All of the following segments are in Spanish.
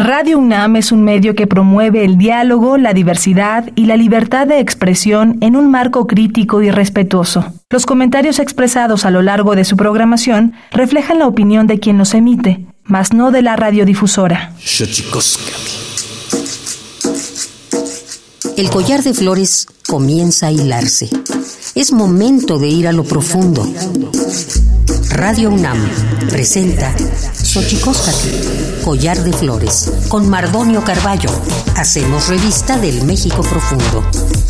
Radio UNAM es un medio que promueve el diálogo, la diversidad y la libertad de expresión en un marco crítico y respetuoso. Los comentarios expresados a lo largo de su programación reflejan la opinión de quien los emite, mas no de la radiodifusora. El collar de flores comienza a hilarse. Es momento de ir a lo profundo. Radio UNAM presenta Xochicóscatl, Collar de Flores, con Mardonio Carballo. Hacemos revista del México profundo.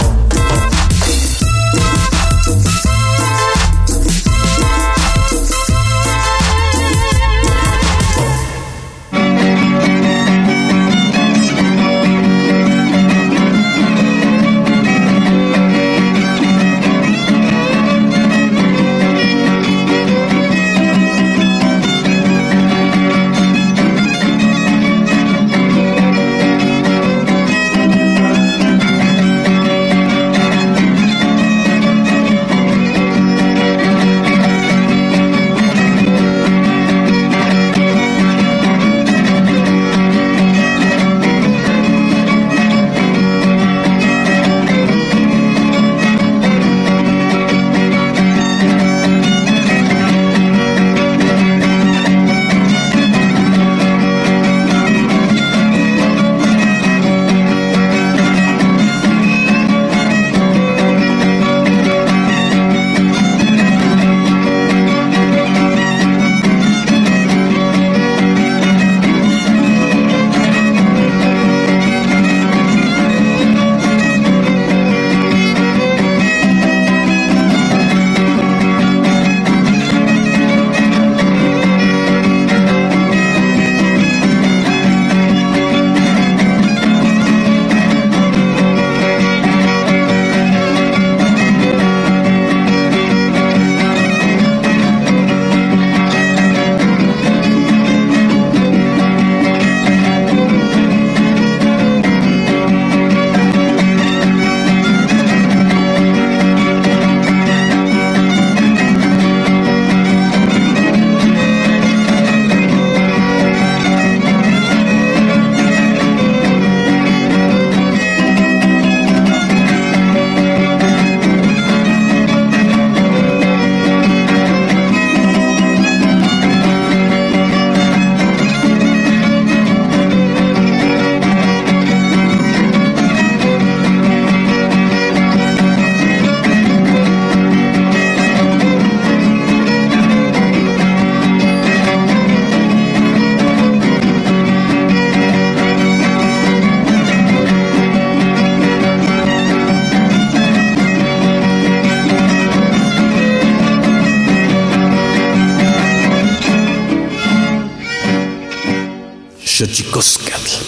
Xochicóscatl.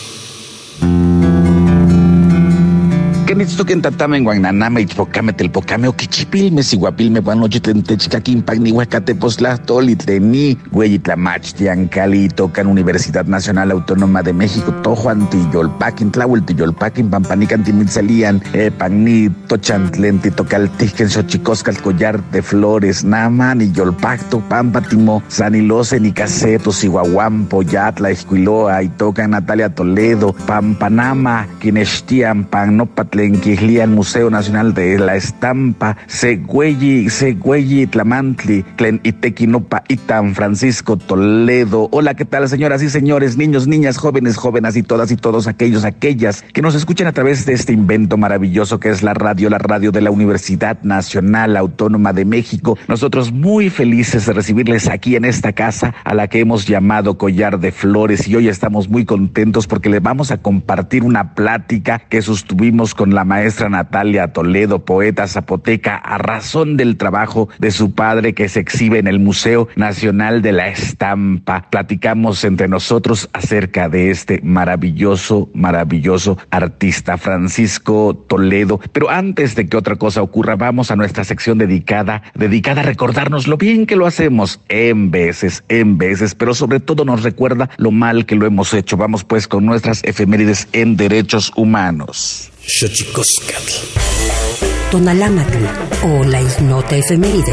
Kenitsuken tatamen guananame ichpocame telpocame oquichipilme siguapilme guanochitentechcaquin pagnihuacatepoztlastoli tleni güeyitlamachtiancali tocan Universidad Nacional Autónoma de México tojuan tiyolpaquin tlahuel tiyolpaquin pampanican timitzalian pagni tochantlenti tocaltijquen Xochicóscatl Collar de Flores naman y yolpacto pampatimo sanilose nicaseto siguahuampo yatla esquiloa y tocan Natalia Toledo pampanama quinestian pannopatlen Quijlian Museo Nacional de la Estampa, Següeyi Tlamantli, Tlen Itequinopa, Itan Francisco Toledo. Hola, ¿qué tal, señoras y señores, niños, niñas, jóvenes, jóvenes y todos aquellas que nos escuchan a través de este invento maravilloso que es la radio de la Universidad Nacional Autónoma de México? Nosotros muy felices de recibirles aquí en esta casa a la que hemos llamado Collar de Flores, y hoy estamos muy contentos porque les vamos a compartir una plática que sostuvimos con la maestra Natalia Toledo, poeta zapoteca, a razón del trabajo de su padre que se exhibe en el Museo Nacional de la Estampa. Platicamos entre nosotros acerca de este maravilloso artista, Francisco Toledo. Pero antes de que otra cosa ocurra, vamos a nuestra sección dedicada a recordarnos lo bien que lo hacemos en veces, pero sobre todo nos recuerda lo mal que lo hemos hecho. Vamos pues con nuestras efemérides en derechos humanos. Xochicóscatl, Tonalámatl o la ignota efeméride.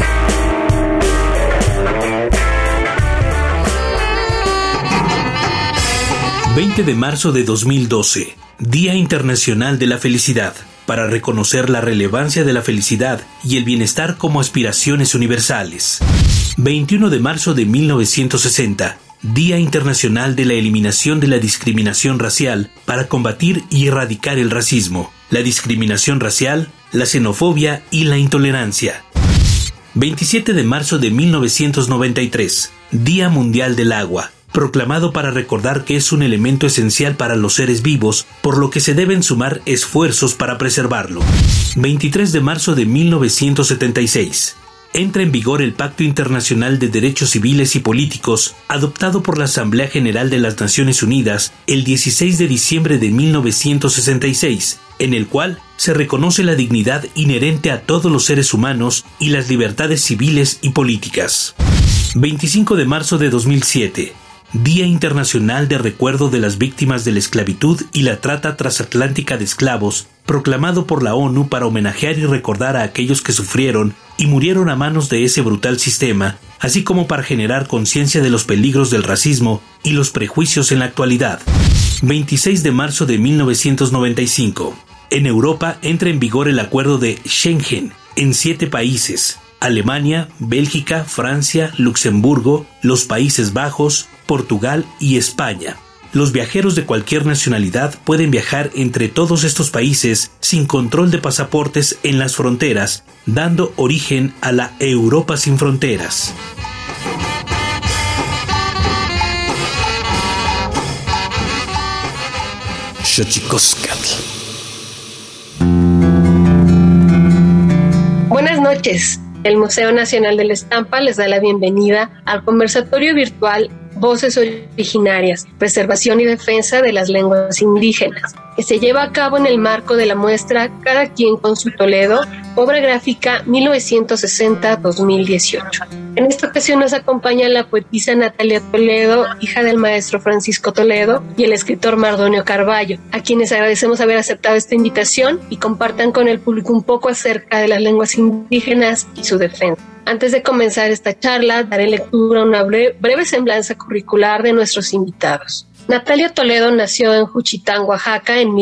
20 de marzo de 2012, Día Internacional de la Felicidad, para reconocer la relevancia de la felicidad y el bienestar como aspiraciones universales. 21 de marzo de 1960, Día Internacional de la Eliminación de la Discriminación Racial para combatir y erradicar el racismo, la discriminación racial, la xenofobia y la intolerancia. 27 de marzo de 1993, Día Mundial del Agua, proclamado para recordar que es un elemento esencial para los seres vivos, por lo que se deben sumar esfuerzos para preservarlo. 23 de marzo de 1976. Entra en vigor el Pacto Internacional de Derechos Civiles y Políticos, adoptado por la Asamblea General de las Naciones Unidas el 16 de diciembre de 1966, en el cual se reconoce la dignidad inherente a todos los seres humanos y las libertades civiles y políticas. 25 de marzo de 2007. Día Internacional de Recuerdo de las Víctimas de la Esclavitud y la Trata Transatlántica de Esclavos, proclamado por la ONU para homenajear y recordar a aquellos que sufrieron y murieron a manos de ese brutal sistema, así como para generar conciencia de los peligros del racismo y los prejuicios en la actualidad. 26 de marzo de 1995. En Europa entra en vigor el Acuerdo de Schengen en 7 países: Alemania, Bélgica, Francia, Luxemburgo, los Países Bajos, Portugal y España. Los viajeros de cualquier nacionalidad pueden viajar entre todos estos países sin control de pasaportes en las fronteras, dando origen a la Europa sin fronteras. Xochicóscatl. Buenas noches. El Museo Nacional de la Estampa les da la bienvenida al conversatorio virtual Voces Originarias, Preservación y Defensa de las Lenguas Indígenas, que se lleva a cabo en el marco de la muestra Cada quien con su Toledo, obra gráfica 1960-2018. En esta ocasión nos acompaña la poetisa Natalia Toledo, hija del maestro Francisco Toledo, y el escritor Mardonio Carballo, a quienes agradecemos haber aceptado esta invitación y compartan con el público un poco acerca de las lenguas indígenas y su defensa. Antes de comenzar esta charla, daré lectura a una breve semblanza curricular de nuestros invitados. Natalia Toledo nació en Juchitán, Oaxaca, en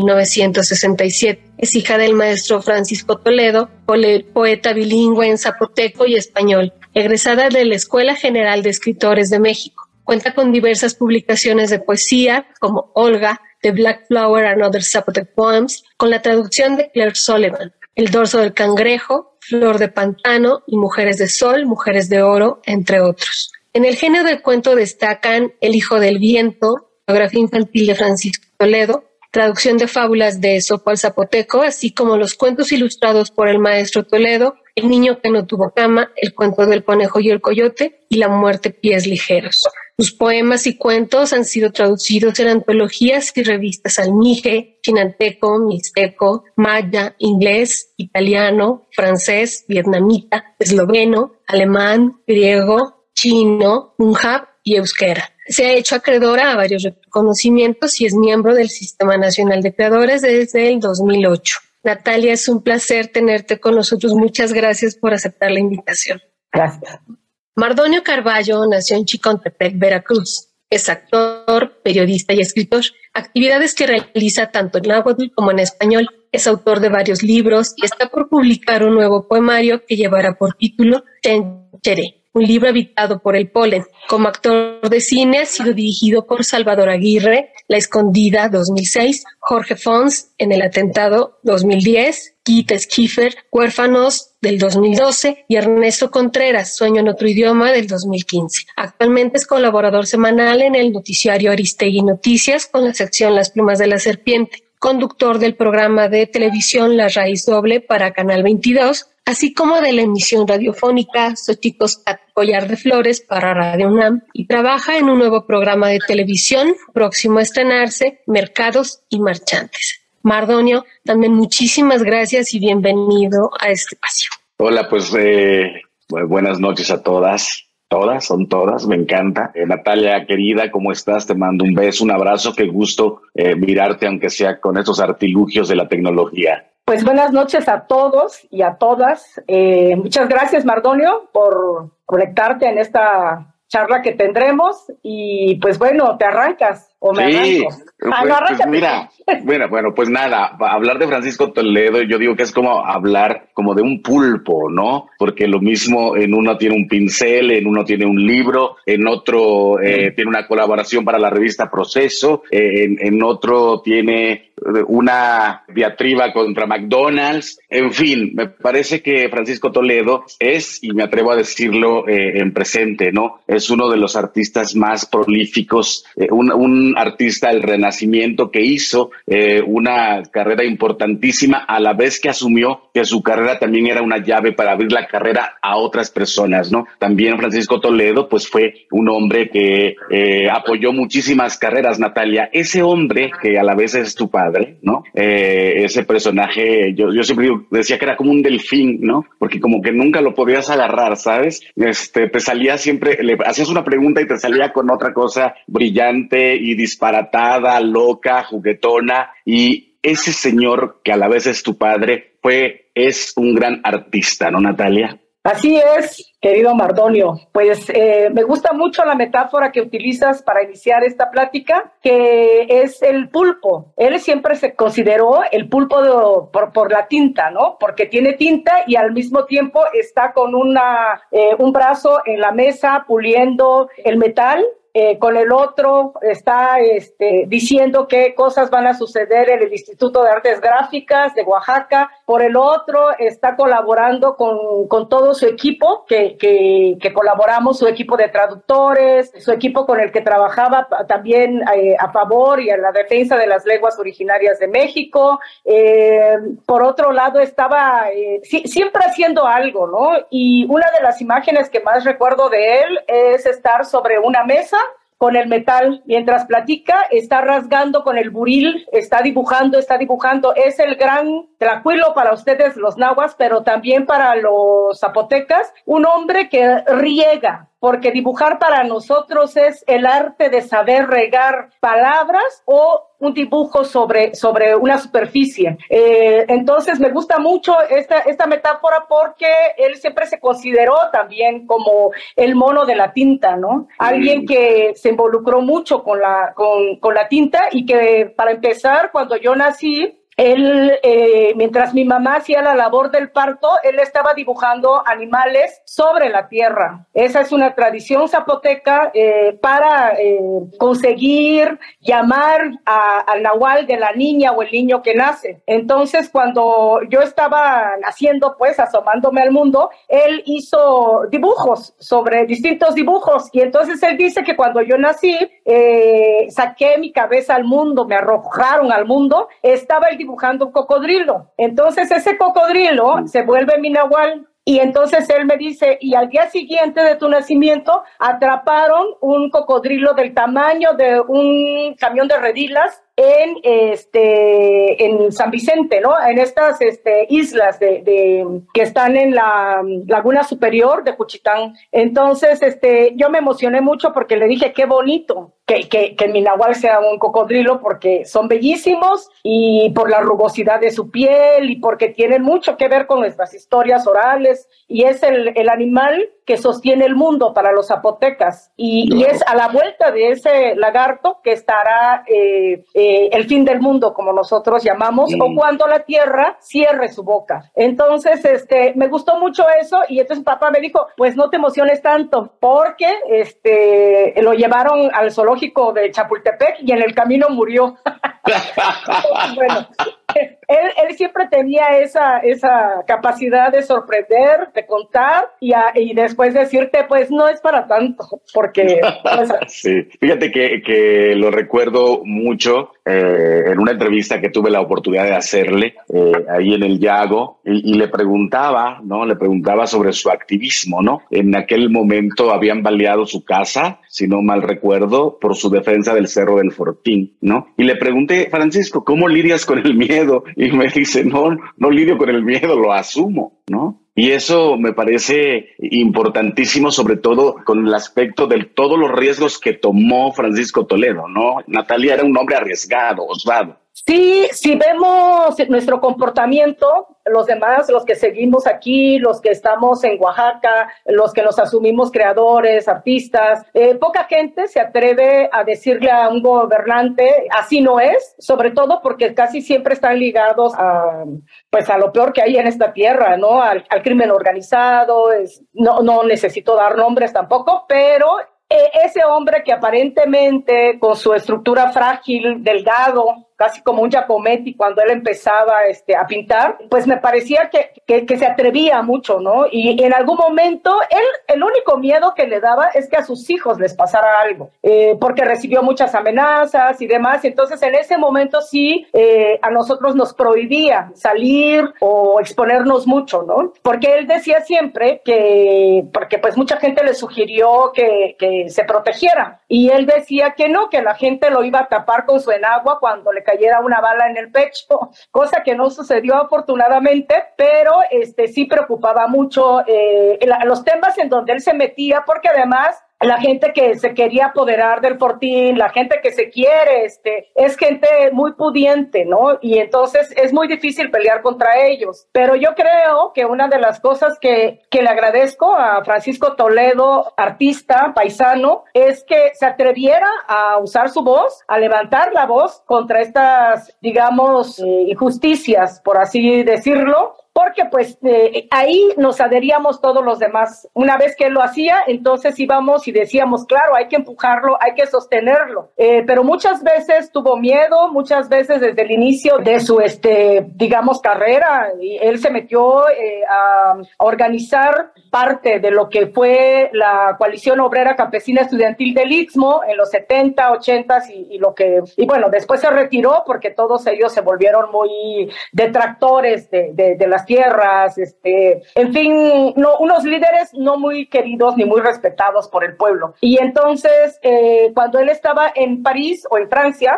1967. Es hija del maestro Francisco Toledo, poeta bilingüe en zapoteco y español, egresada de la Escuela General de Escritores de México. Cuenta con diversas publicaciones de poesía, como Olga, The Black Flower and Other Zapotec Poems, con la traducción de Claire Sullivan, El dorso del cangrejo, Flor de pantano y Mujeres de sol, Mujeres de oro, entre otros. En el género del cuento destacan El hijo del viento, biografía infantil de Francisco Toledo, traducción de fábulas de Esopo al zapoteco, así como los cuentos ilustrados por el maestro Toledo, El niño que no tuvo cama, El cuento del conejo y el coyote y La muerte pies ligeros. Sus poemas y cuentos han sido traducidos en antologías y revistas almije, chinanteco, mixteco, maya, inglés, italiano, francés, vietnamita, esloveno, alemán, griego, chino, punjab y euskera. Se ha hecho acreedora a varios reconocimientos y es miembro del Sistema Nacional de Creadores desde el 2008. Natalia, es un placer tenerte con nosotros. Muchas gracias por aceptar la invitación. Gracias. Mardonio Carballo nació en Chicontepec, Veracruz. Es actor, periodista y escritor, actividades que realiza tanto en náhuatl como en español. Es autor de varios libros y está por publicar un nuevo poemario que llevará por título Chenchere, un libro habitado por el polen. Como actor de cine ha sido dirigido por Salvador Aguirre, La Escondida 2006, Jorge Fons en El Atentado 2010, Keith Schiffer, Huérfanos del 2012 y Ernesto Contreras, Sueño en otro idioma del 2015. Actualmente es colaborador semanal en el noticiario Aristegui Noticias con la sección Las Plumas de la Serpiente, conductor del programa de televisión La Raíz Doble para Canal 22, así como de la emisión radiofónica Xochicóscatl, Collar de Flores para Radio UNAM, y trabaja en un nuevo programa de televisión próximo a estrenarse, Mercados y Marchantes. Mardonio, también muchísimas gracias y bienvenido a este espacio. Hola, pues buenas noches a todas. Son todas, me encanta. Natalia, querida, ¿cómo estás? Te mando un beso, un abrazo, qué gusto mirarte, aunque sea con estos artilugios de la tecnología. Pues buenas noches a todos y a todas. Muchas gracias, Mardonio, por conectarte en esta charla que tendremos y pues bueno, te arrancas o me arranco. Pues mira, bueno, pues nada, hablar de Francisco Toledo yo digo que es como hablar como de un pulpo, ¿no? Porque lo mismo en uno tiene un pincel, en uno tiene un libro, en otro tiene una colaboración para la revista Proceso, en otro tiene una diatriba contra McDonald's, en fin, me parece que Francisco Toledo es, y me atrevo a decirlo en presente, ¿no? Es uno de los artistas más prolíficos, un artista del Renacimiento que hizo una carrera importantísima a la vez que asumió que su carrera también era una llave para abrir la carrera a otras personas, ¿no? También Francisco Toledo, pues fue un hombre que apoyó muchísimas carreras, Natalia. Ese hombre que a la vez es tu padre, ¿no? Ese personaje, yo siempre decía que era como un delfín, ¿no? Porque como que nunca lo podías agarrar, ¿sabes? Te salía siempre, le hacías una pregunta y te salía con otra cosa brillante y disparatada, loca, juguetona, y ese señor que a la vez es tu padre es un gran artista, ¿no, Natalia? Así es, querido Mardonio. Pues me gusta mucho la metáfora que utilizas para iniciar esta plática, que es el pulpo. Él siempre se consideró el pulpo por la tinta, ¿no? Porque tiene tinta y al mismo tiempo está con un brazo en la mesa puliendo el metal. Con el otro está diciendo qué cosas van a suceder en el Instituto de Artes Gráficas de Oaxaca. Por el otro está colaborando con todo su equipo, que colaboramos, su equipo de traductores, su equipo con el que trabajaba también a favor y en la defensa de las lenguas originarias de México. Por otro lado estaba siempre haciendo algo, ¿no? Y una de las imágenes que más recuerdo de él es estar sobre una mesa con el metal, mientras platica, está rasgando con el buril, está dibujando, es el gran Tlacuilo para ustedes los nahuas, pero también para los zapotecas, un hombre que riega, porque dibujar para nosotros es el arte de saber regar palabras o un dibujo sobre una superficie. Entonces me gusta mucho esta metáfora porque él siempre se consideró también como el mono de la tinta, ¿no? Alguien que se involucró mucho con la tinta y que, para empezar, cuando yo nací, él, mientras mi mamá hacía la labor del parto, él estaba dibujando animales sobre la tierra. Esa es una tradición zapoteca para conseguir llamar al nahual de la niña o el niño que nace. Entonces, cuando yo estaba naciendo, pues, asomándome al mundo, él hizo dibujos sobre distintos dibujos. Y entonces él dice que cuando yo nací, saqué mi cabeza al mundo, me arrojaron al mundo, estaba el dibujando un cocodrilo. Entonces ese cocodrilo se vuelve mi nahual. Y entonces él me dice, y al día siguiente de tu nacimiento atraparon un cocodrilo del tamaño de un camión de redilas en San Vicente, ¿no? En estas islas que están en la laguna superior de Juchitán. Entonces, yo me emocioné mucho porque le dije, qué bonito que mi nahual sea un cocodrilo, porque son bellísimos y por la rugosidad de su piel y porque tienen mucho que ver con nuestras historias orales, y es el animal que sostiene el mundo para los zapotecas, y es a la vuelta de ese lagarto que estará el fin del mundo, como nosotros llamamos, o cuando la tierra cierre su boca. Entonces, me gustó mucho eso, y entonces papá me dijo, pues no te emociones tanto, porque lo llevaron al zoológico de Chapultepec y en el camino murió. Entonces, bueno, él siempre tenía esa capacidad de sorprender, de contar y después decirte, pues no es para tanto, porque... Sí, fíjate que lo recuerdo mucho en una entrevista que tuve la oportunidad de hacerle ahí en el Yago, y le preguntaba, ¿no? Le preguntaba sobre su activismo, ¿no? En aquel momento habían baleado su casa, si no mal recuerdo, por su defensa del Cerro del Fortín, ¿no? Y le pregunté, Francisco, ¿cómo lidias con el miedo? Y me dice, no lidio con el miedo, lo asumo, ¿no? Y eso me parece importantísimo, sobre todo con el aspecto de todos los riesgos que tomó Francisco Toledo, ¿no? Natalia era un hombre arriesgado, osado. Sí, si vemos nuestro comportamiento, los demás, los que seguimos aquí, los que estamos en Oaxaca, los que nos asumimos creadores, artistas, poca gente se atreve a decirle a un gobernante, así no es, sobre todo porque casi siempre están ligados a lo peor que hay en esta tierra, ¿no? Al crimen organizado, no necesito dar nombres tampoco, pero ese hombre que aparentemente con su estructura frágil, delgado, casi como un Giacometti cuando él empezaba a pintar, pues me parecía que se atrevía mucho, ¿no? Y en algún momento, el único miedo que le daba es que a sus hijos les pasara algo, porque recibió muchas amenazas y demás, entonces en ese momento sí, a nosotros nos prohibía salir o exponernos mucho, ¿no? Porque él decía siempre porque pues mucha gente le sugirió que se protegiera, y él decía que no, que la gente lo iba a tapar con su enagua cuando le cayera una bala en el pecho, cosa que no sucedió afortunadamente, pero sí preocupaba mucho los temas en donde él se metía, porque además la gente que se quería apoderar del Fortín, la gente que se quiere, es gente muy pudiente, ¿no? Y entonces es muy difícil pelear contra ellos. Pero yo creo que una de las cosas que le agradezco a Francisco Toledo, artista, paisano, es que se atreviera a usar su voz, a levantar la voz contra estas, digamos, injusticias, por así decirlo, porque pues ahí nos adheríamos todos los demás. Una vez que él lo hacía, entonces íbamos y decíamos, claro, hay que empujarlo, hay que sostenerlo. Pero muchas veces tuvo miedo, muchas veces desde el inicio de su, digamos, carrera, y él se metió a organizar parte de lo que fue la Coalición Obrera Campesina Estudiantil del Istmo en los 70, 80 y bueno, después se retiró porque todos ellos se volvieron muy detractores de las tierras, en fin, unos líderes no muy queridos ni muy respetados por el pueblo. Y entonces, cuando él estaba en París o en Francia,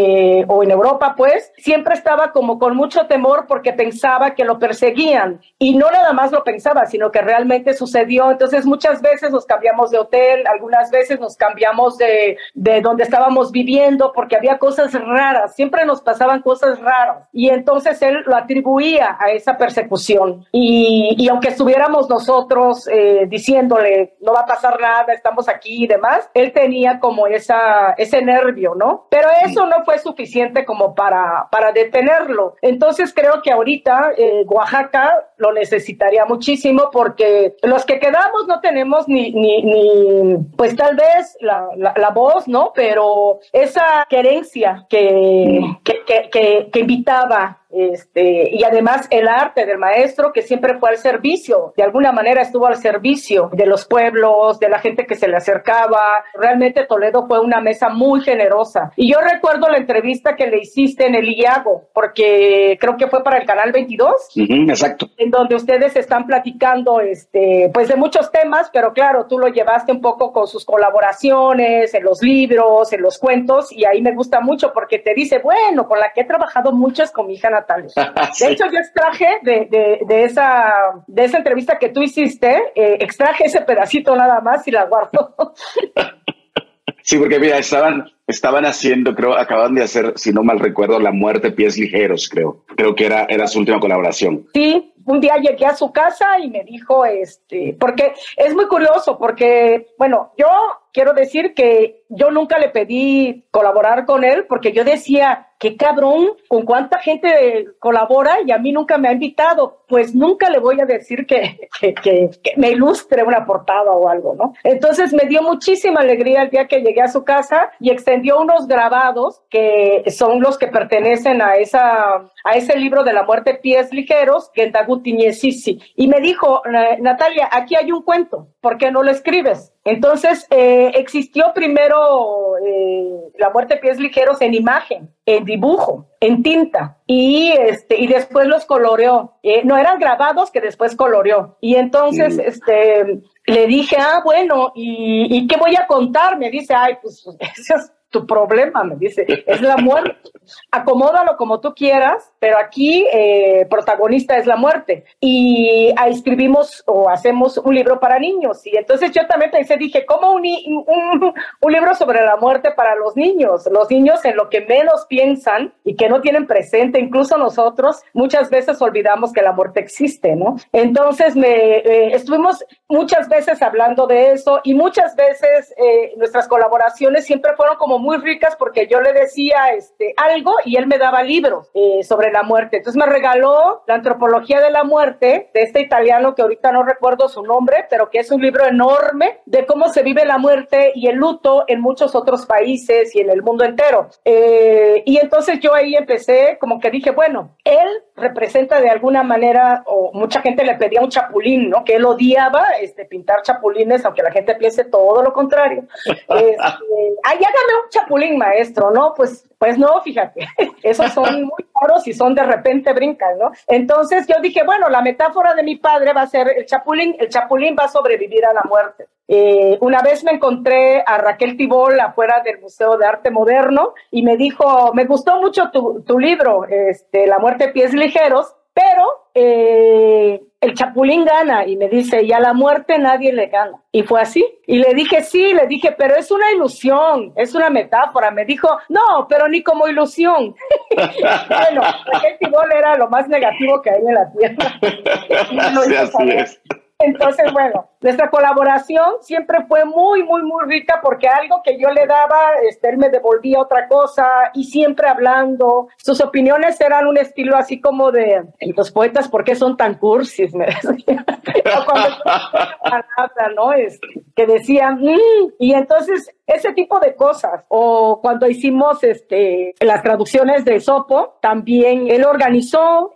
o en Europa, pues, siempre estaba como con mucho temor porque pensaba que lo perseguían. Y no nada más lo pensaba, sino que realmente sucedió. Entonces, muchas veces nos cambiamos de hotel, algunas veces nos cambiamos de donde estábamos viviendo porque había cosas raras, siempre nos pasaban cosas raras. Y entonces él lo atribuía a esa persecución. Y aunque estuviéramos nosotros diciéndole, no va a pasar nada, estamos aquí y demás, él tenía como ese nervio, ¿no? Pero eso no fue suficiente como para detenerlo. Entonces creo que ahorita Oaxaca lo necesitaría muchísimo porque los que quedamos no tenemos ni pues tal vez la voz, ¿no? Pero esa querencia que invitaba, y además el arte del maestro, que siempre fue al servicio, de alguna manera estuvo al servicio de los pueblos, de la gente que se le acercaba. Realmente Toledo fue una mesa muy generosa. Y yo recuerdo la entrevista que le hiciste en el IAGO, porque creo que fue para el Canal 22. Exacto. En donde ustedes están platicando, pues de muchos temas, pero claro, tú lo llevaste un poco con sus colaboraciones, en los libros, en los cuentos, y ahí me gusta mucho porque te dice, bueno, con la que he trabajado mucho es con mi hija Natalia. Sí. De hecho, yo extraje de esa entrevista que tú hiciste, extraje ese pedacito nada más y la guardo. Sí, porque mira, estaban haciendo, acaban de hacer, si no mal recuerdo, La Muerte Pies Ligeros, creo que era su última colaboración. Sí, un día llegué a su casa y me dijo, porque es muy curioso, porque, bueno, yo quiero decir que yo nunca le pedí colaborar con él, porque yo decía, qué cabrón, con cuánta gente colabora y a mí nunca me ha invitado, pues nunca le voy a decir que me ilustre una portada o algo, ¿no? Entonces me dio muchísima alegría el día que llegué a su casa y extendió unos grabados que son los que pertenecen a ese libro de La Muerte Pies Ligeros, que Tagutinjesisi. Y me dijo, Natalia, aquí hay un cuento, ¿por qué no lo escribes? Entonces existió primero La Muerte Pies Ligeros en imagen, en dibujo, en tinta, y después los coloreó. No eran grabados que después coloreó. Y entonces le dije, bueno, ¿y qué voy a contar? Me dice, ay, pues tu problema, me dice, es la muerte. Acomódalo como tú quieras, pero aquí protagonista es la muerte. Y ahí escribimos o hacemos un libro para niños. Y entonces yo también pensé, dije, ¿cómo un libro sobre la muerte para los niños? Los niños en lo que menos piensan y que no tienen presente, incluso nosotros, muchas veces olvidamos que la muerte existe, ¿no? Entonces estuvimos muchas veces hablando de eso y muchas veces nuestras colaboraciones siempre fueron como muy ricas porque yo le decía algo y él me daba libros sobre la muerte. Entonces me regaló La antropología de la muerte de este italiano que ahorita no recuerdo su nombre, pero que es un libro enorme de cómo se vive la muerte y el luto en muchos otros países y en el mundo entero. Y entonces yo ahí empecé, como que dije, bueno, él representa de alguna manera, o mucha gente le pedía un chapulín, ¿no? Que él odiaba pintar chapulines, aunque la gente piense todo lo contrario. Hágame un chapulín, maestro, ¿no? Pues no, fíjate, esos son muy caros y son de repente brincan, ¿no? Entonces yo dije, bueno, la metáfora de mi padre va a ser el chapulín va a sobrevivir a la muerte. Una vez me encontré a Raquel Tibol afuera del Museo de Arte Moderno y me dijo, me gustó mucho tu libro, La muerte de pies ligeros, pero el chapulín gana, y me dice, y a la muerte nadie le gana. Y fue así. Y le dije, sí, pero es una ilusión, es una metáfora. Me dijo, no, pero ni como ilusión. Bueno, Raquel Tibol era lo más negativo que hay en la tierra. Sí, así es. Entonces, bueno, nuestra colaboración siempre fue muy, muy, muy rica porque algo que yo le daba, él me devolvía otra cosa y siempre hablando. Sus opiniones eran un estilo así como de los poetas, ¿por qué son tan cursis? Me decía. O cuando palabra, ¿no? Que decían, y entonces ese tipo de cosas. O cuando hicimos las traducciones de Esopo, también él organizó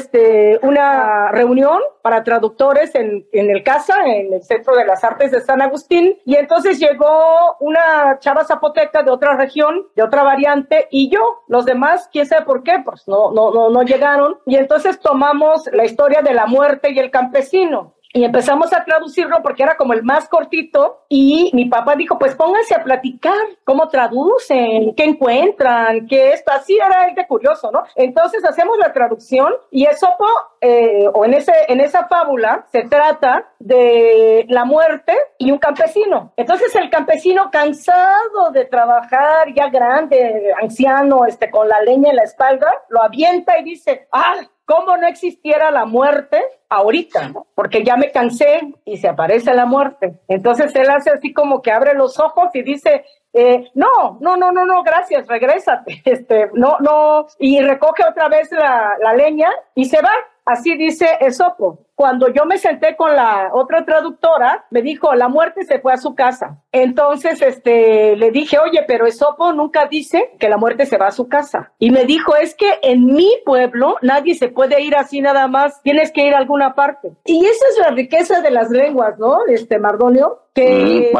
una reunión para traductores en el CASA, en el Centro de las Artes de San Agustín, y entonces llegó una chava zapoteca de otra región, de otra variante, y yo, los demás, quién sabe por qué, pues no llegaron, y entonces tomamos la historia de la muerte y el campesino. Y empezamos a traducirlo porque era como el más cortito y mi papá dijo, pues pónganse a platicar, cómo traducen, qué encuentran, qué esto, así era él de curioso, ¿no? Entonces hacemos la traducción y Esopo, o en esa fábula, se trata de la muerte y un campesino. Entonces el campesino cansado de trabajar, ya grande, anciano, con la leña en la espalda, lo avienta y dice, ¿cómo no existiera la muerte ahorita? ¿No? Porque ya me cansé y se aparece la muerte. Entonces él hace así como que abre los ojos y dice, no, gracias, regrésate. No, y recoge otra vez la leña y se va. Así dice Esopo. Cuando yo me senté con la otra traductora, me dijo, la muerte se fue a su casa. Entonces, le dije, oye, pero Esopo nunca dice que la muerte se va a su casa. Y me dijo, es que en mi pueblo nadie se puede ir así nada más, tienes que ir a alguna parte. Y esa es la riqueza de las lenguas, ¿no, Mardonio? Que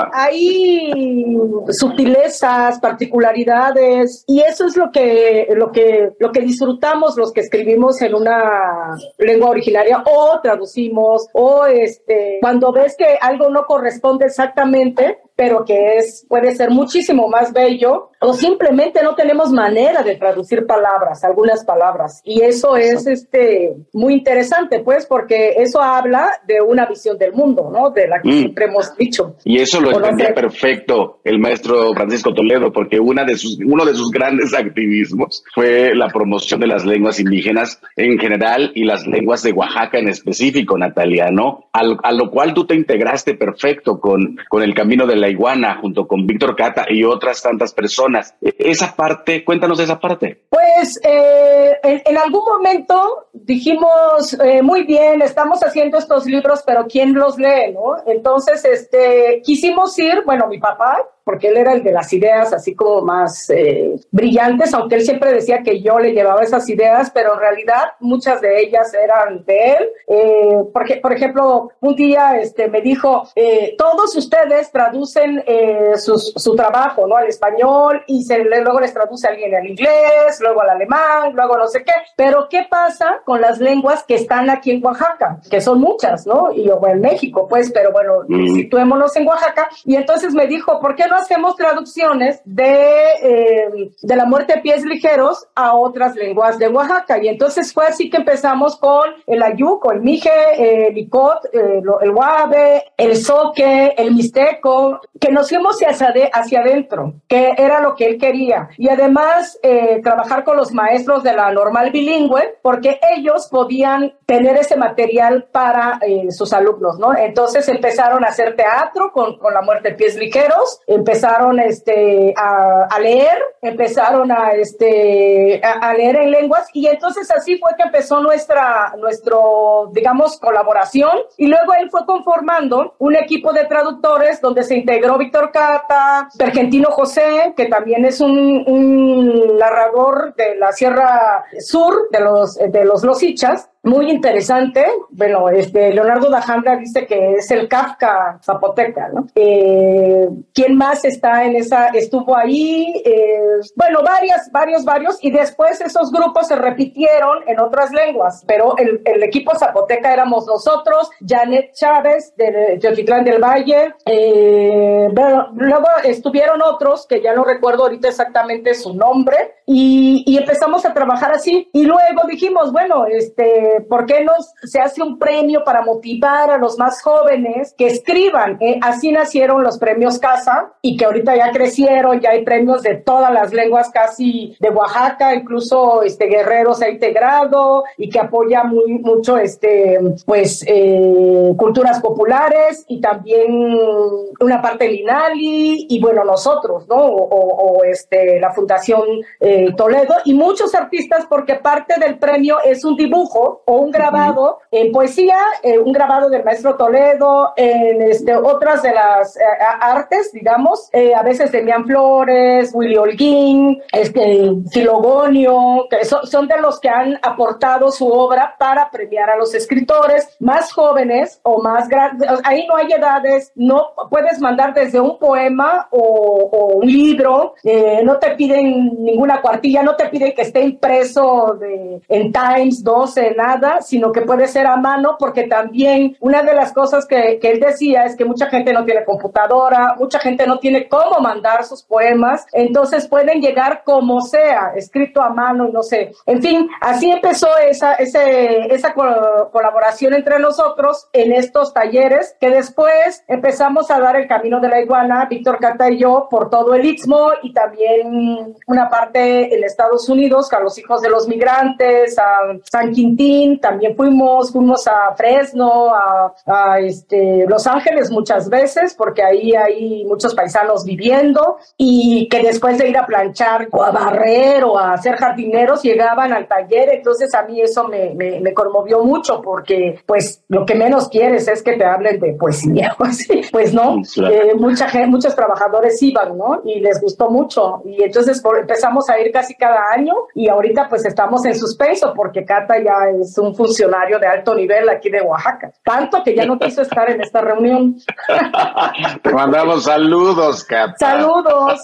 hay sutilezas, particularidades, y eso es lo que disfrutamos los que escribimos en una lengua originaria o traducimos, o cuando ves que algo no corresponde exactamente, pero que puede ser muchísimo más bello, o simplemente no tenemos manera de traducir algunas palabras, y eso es muy interesante, pues, porque eso habla de una visión del mundo, ¿no? De la que siempre hemos dicho. Y eso lo entendía perfecto el maestro Francisco Toledo, porque uno de sus grandes activismos fue la promoción de las lenguas indígenas en general y las lenguas de Oaxaca en específico, Natalia, ¿no? A lo cual tú te integraste perfecto con el Camino de la Iguana, junto con Víctor Cata y otras tantas personas. Esa parte, cuéntanos esa parte. Pues en algún momento dijimos, muy bien, estamos haciendo estos libros, pero ¿quién los lee, no? Entonces, quisimos ir, bueno, mi papá, porque él era el de las ideas así como más brillantes, aunque él siempre decía que yo le llevaba esas ideas, pero en realidad muchas de ellas eran de él. Porque, por ejemplo, un día me dijo, todos ustedes traducen su trabajo, ¿no? Al español, y luego les traduce alguien al inglés, luego al el alemán, luego no sé qué. Pero ¿qué pasa con las lenguas que están aquí en Oaxaca? Que son muchas, ¿no? Y o en México, pues, pero bueno, situémonos en Oaxaca. Y entonces me dijo, ¿por qué no hacemos traducciones de la muerte de pies ligeros a otras lenguas de Oaxaca? Y entonces fue así que empezamos con el ayuco, el mije, el icot, el guave, el zoque, el mixteco, que nos fuimos hacia adentro, que era lo que él quería. Y además trabajar con los maestros de la normal bilingüe, porque ellos podían tener ese material para sus alumnos, ¿no? Entonces empezaron a hacer teatro con la muerte de pies ligeros, empezaron a leer, empezaron a leer en lenguas, y entonces así fue que empezó nuestro, digamos, colaboración, y luego él fue conformando un equipo de traductores donde se integró Víctor Cata, Pergentino José, que también es un narrador de la Sierra Sur, de los Losichas, muy interesante. Bueno, Leonardo Dajandra dice que es el Kafka zapoteca, ¿no? ¿Quién más está estuvo ahí? Bueno, varios, y después esos grupos se repitieron en otras lenguas, pero el equipo zapoteca éramos nosotros, Janet Chávez de Teotitlán del Valle, bueno, luego estuvieron otros que ya no recuerdo ahorita exactamente su nombre, y empezamos a trabajar así, y luego dijimos, bueno, ¿por qué no se hace un premio para motivar a los más jóvenes que escriban? Así nacieron los premios Casa, y que ahorita ya crecieron, ya hay premios de todas las lenguas casi de Oaxaca, incluso Guerrero se ha integrado, y que apoya mucho culturas populares, y también una parte del INALI, y bueno, nosotros, ¿no? O la Fundación Toledo, y muchos artistas, porque parte del premio es un dibujo o un grabado en poesía, un grabado del maestro Toledo, en otras de las artes, digamos, a veces Demián Flores, Willy Holguín, Filogonio, que son de los que han aportado su obra para premiar a los escritores más jóvenes o más grandes. Ahí no hay edades, no puedes mandar desde un poema o un libro, no te piden ninguna cuartilla, no te piden que esté impreso en Times 12, nada, sino que puede ser a mano, porque también una de las cosas que él decía es que mucha gente no tiene computadora, mucha gente no tiene cómo mandar sus poemas, entonces pueden llegar como sea, escrito a mano, no sé. En fin, así empezó esa colaboración entre nosotros en estos talleres, que después empezamos a dar el camino de la iguana, Víctor Cata y yo, por todo el Istmo, y también una parte en Estados Unidos, a los hijos de los migrantes, a San Quintín, también fuimos a Fresno, a Los Ángeles muchas veces, porque ahí hay muchos paisanos viviendo, y que después de ir a planchar o a barrer o a ser jardineros llegaban al taller. Entonces a mí eso me conmovió mucho, porque pues lo que menos quieres es que te hablen de poesía, pues no, claro. Muchos trabajadores iban, ¿no? Y les gustó mucho, y entonces empezamos a ir casi cada año, y ahorita pues estamos en suspenso porque Cata ya es un funcionario de alto nivel aquí de Oaxaca, tanto que ya no quiso estar en esta reunión. Te mandamos saludos, Cata. Saludos.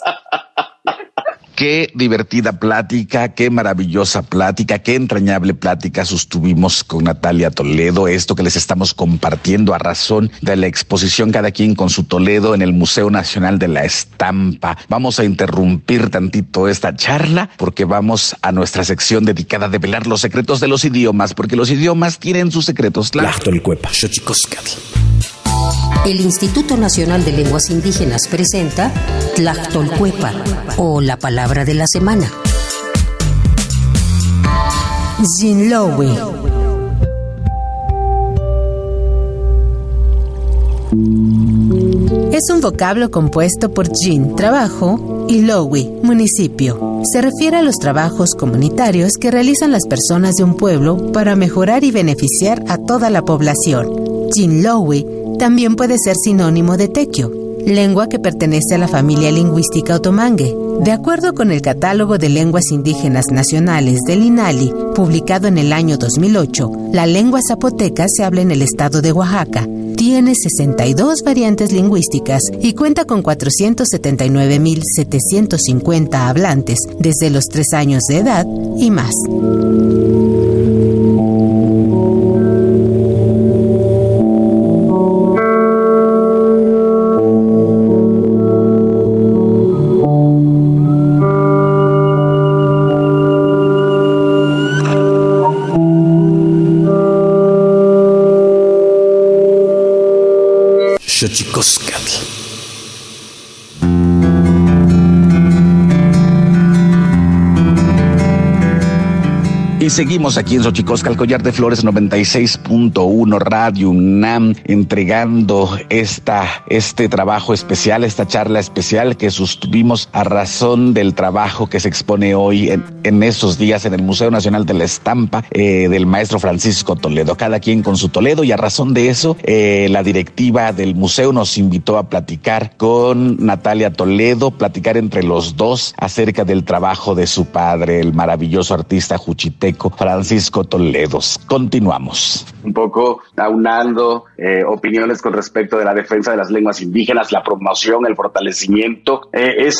Qué divertida plática, qué maravillosa plática, qué entrañable plática sostuvimos con Natalia Toledo. Esto que les estamos compartiendo a razón de la exposición Cada quien con su Toledo en el Museo Nacional de la Estampa. Vamos a interrumpir tantito esta charla porque vamos a nuestra sección dedicada a develar los secretos de los idiomas, porque los idiomas tienen sus secretos. Tlachtolcuepa, Xochicóscatl. El Instituto Nacional de Lenguas Indígenas presenta Tlachtolcuepa, o la palabra de la semana. Zinlowe. Es un vocablo compuesto por Jin, trabajo, y Lowi, municipio. Se refiere a los trabajos comunitarios que realizan las personas de un pueblo para mejorar y beneficiar a toda la población. Zinlowe también puede ser sinónimo de tequio, lengua que pertenece a la familia lingüística otomangue. De acuerdo con el Catálogo de Lenguas Indígenas Nacionales del INALI, publicado en el año 2008, la lengua zapoteca se habla en el estado de Oaxaca. tiene 62 variantes lingüísticas y cuenta con 479.750 hablantes desde los 3 años de edad y más. Xochicóscatl. Y seguimos aquí en Xochicóscatl, Collar de Flores 96.1 Radio UNAM, entregando este trabajo especial, esta charla especial que sostuvimos a razón del trabajo que se expone hoy en estos días en el Museo Nacional de la Estampa del maestro Francisco Toledo. Cada quien con su Toledo, y a razón de eso, la directiva del museo nos invitó a platicar con Natalia Toledo, platicar entre los dos acerca del trabajo de su padre, el maravilloso artista juchiteco Francisco Toledo. Continuamos. Un poco aunando opiniones con respecto de la defensa de las lenguas indígenas, la promoción, el fortalecimiento, es